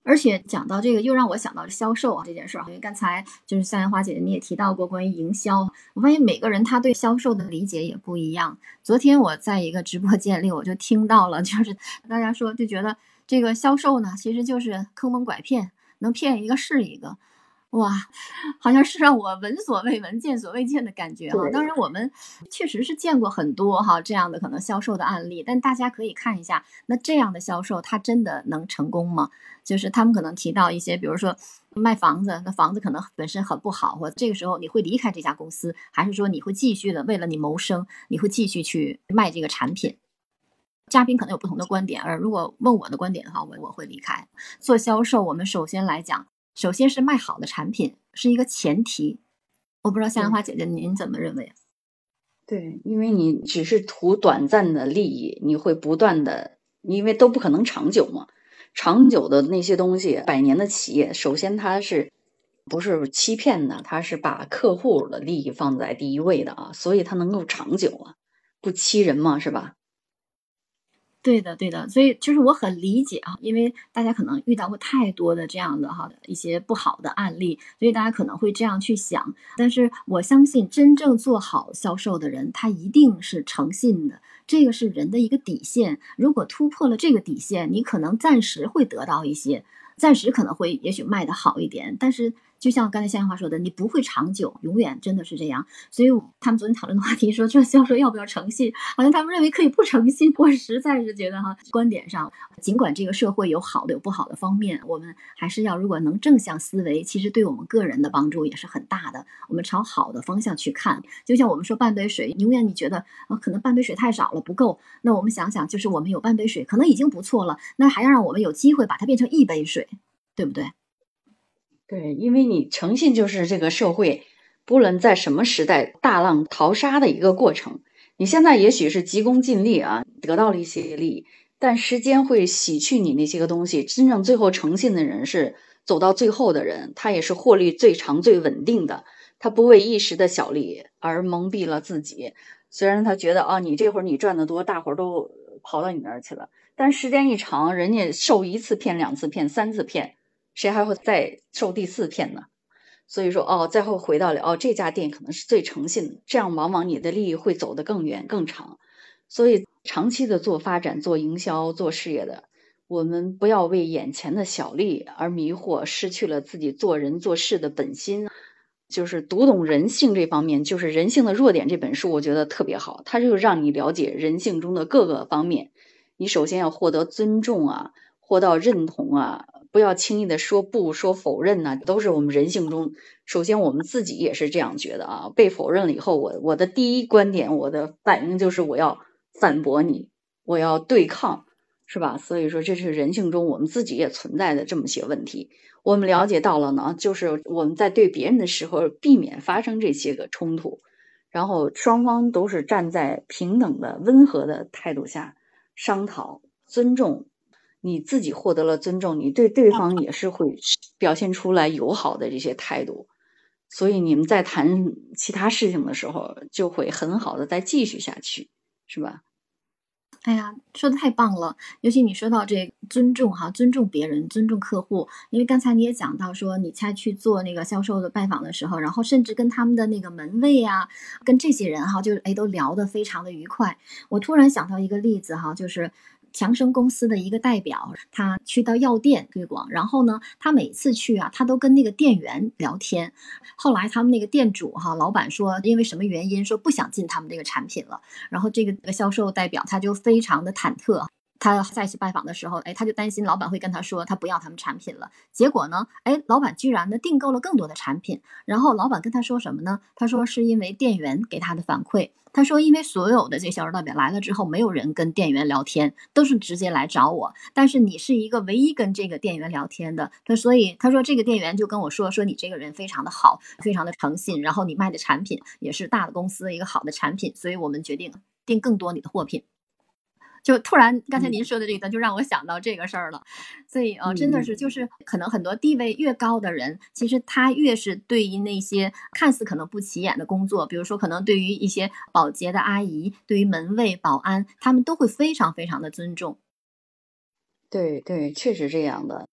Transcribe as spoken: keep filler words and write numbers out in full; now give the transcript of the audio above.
而且讲到这个，又让我想到销售啊这件事儿，因为刚才就是向阳花姐姐你也提到过关于营销，我发现每个人他对销售的理解也不一样。昨天我在一个直播间里，我就听到了，就是大家说就觉得这个销售呢，其实就是坑蒙拐骗，能骗一个是一个。哇，好像是让我闻所未闻、见所未见的感觉哈。当对。 然我们确实是见过很多哈这样的可能销售的案例，但大家可以看一下，那这样的销售他真的能成功吗？就是他们可能提到一些，比如说卖房子，那房子可能本身很不好，或这个时候你会离开这家公司，还是说你会继续的为了你谋生，你会继续去卖这个产品？嘉宾可能有不同的观点，而如果问我的观点的话，我我会离开。做销售，我们首先来讲，首先是卖好的产品是一个前提。我不知道向阳花对。 姐姐您怎么认为？ 对，因为你只是图短暂的利益，你会不断的，因为都不可能长久嘛。长久的那些东西，百年的企业，首先它是不是欺骗的，它是把客户的利益放在第一位的啊，所以它能够长久啊，不欺人嘛，是吧？ 对的对的，所以就是我很理解啊，因为大家可能遇到过太多的这样的哈一些不好的案例，所以大家可能会这样去想。但是我相信真正做好销售的人，他一定是诚信的，这个是人的一个底线。如果突破了这个底线，你可能暂时会得到一些，暂时可能会也许卖得好一点，但是就像刚才向阳花说的，你不会长久，永远真的是这样。所以他们昨天讨论的话题说，这销售要不要诚信？好像他们认为可以不诚信。我实在是觉得哈，观点上，尽管这个社会有好的有不好的方面，我们还是要如果能正向思维，其实对我们个人的帮助也是很大的。我们朝好的方向去看，就像我们说半杯水，永远你觉得啊，可能半杯水太少了，不够。那我们想想，就是我们有半杯水，可能已经不错了，那还要让我们有机会把它变成一杯水，对不对？ 对，因为你诚信就是这个社会，不论在什么时代大浪淘沙的一个过程。你现在也许是急功近利啊，得到了一些利益，但时间会洗去你那些个东西。真正最后诚信的人是走到最后的人，他也是获利最长、最稳定的。他不为一时的小利而蒙蔽了自己。虽然他觉得啊，你这会儿你赚得多，大伙儿都跑到你那儿去了，但时间一长，人家受一次骗、两次骗、三次骗。谁还会再受第四骗呢？所以说，哦，再后回到了哦，这家店可能是最诚信的，这样往往你的利益会走得更远更长。所以，长期的做发展、做营销、做事业的，我们不要为眼前的小利而迷惑，失去了自己做人做事的本心。就是读懂人性这方面，就是《人性的弱点》这本书，我觉得特别好，它就让你了解人性中的各个方面。你首先要获得尊重啊，获到认同啊，不要轻易的说不说否认呢、都是我们人性中。首先我们自己也是这样觉得啊，被否认了以后，我我的第一观点，我的反应就是我要反驳你，我要对抗，是吧？所以说这是人性中我们自己也存在的这么些问题。我们了解到了呢，就是我们在对别人的时候，避免发生这些个冲突，然后双方都是站在平等的、温和的态度下商讨、尊重。你自己获得了尊重，你对对方也是会表现出来友好的这些态度，所以你们在谈其他事情的时候，就会很好的再继续下去，是吧？ 哎呀，说的太棒了！尤其你说到这尊重哈，尊重别人，尊重客户。因为刚才你也讲到说，你才去做那个销售的拜访的时候，然后甚至跟他们的那个门卫啊，跟这些人哈，就是哎都聊得非常的愉快。我突然想到一个例子哈，就是强生公司的一个代表，他去到药店推广，然后呢，他每次去啊，他都跟那个店员聊天。后来他们那个店主哈，老板说因为什么原因说不想进他们这个产品了。然后这个销售代表他就非常的忐忑，他再去拜访的时候，哎，他就担心老板会跟他说他不要他们产品了。结果呢，哎，老板居然呢订购了更多的产品。然后老板跟他说什么呢？他说是因为店员给他的反馈。他说，因为所有的这销售代表来了之后，没有人跟店员聊天，都是直接来找我。但是你是一个唯一跟这个店员聊天的，他所以他说这个店员就跟我说，说你这个人非常的好，非常的诚信，然后你卖的产品也是大的公司的一个好的产品，所以我们决定订更多你的货品。就突然刚才您嗯说的这个，就让我想到这个事儿了。所以呃，真的嗯。 是就是可能很多地位越高的人，其实他越是对于那些看似可能不起眼的工作，比如说可能对于一些保洁的阿姨，对于门卫、保安，他们都会非常非常的尊重。 对对，确实这样的。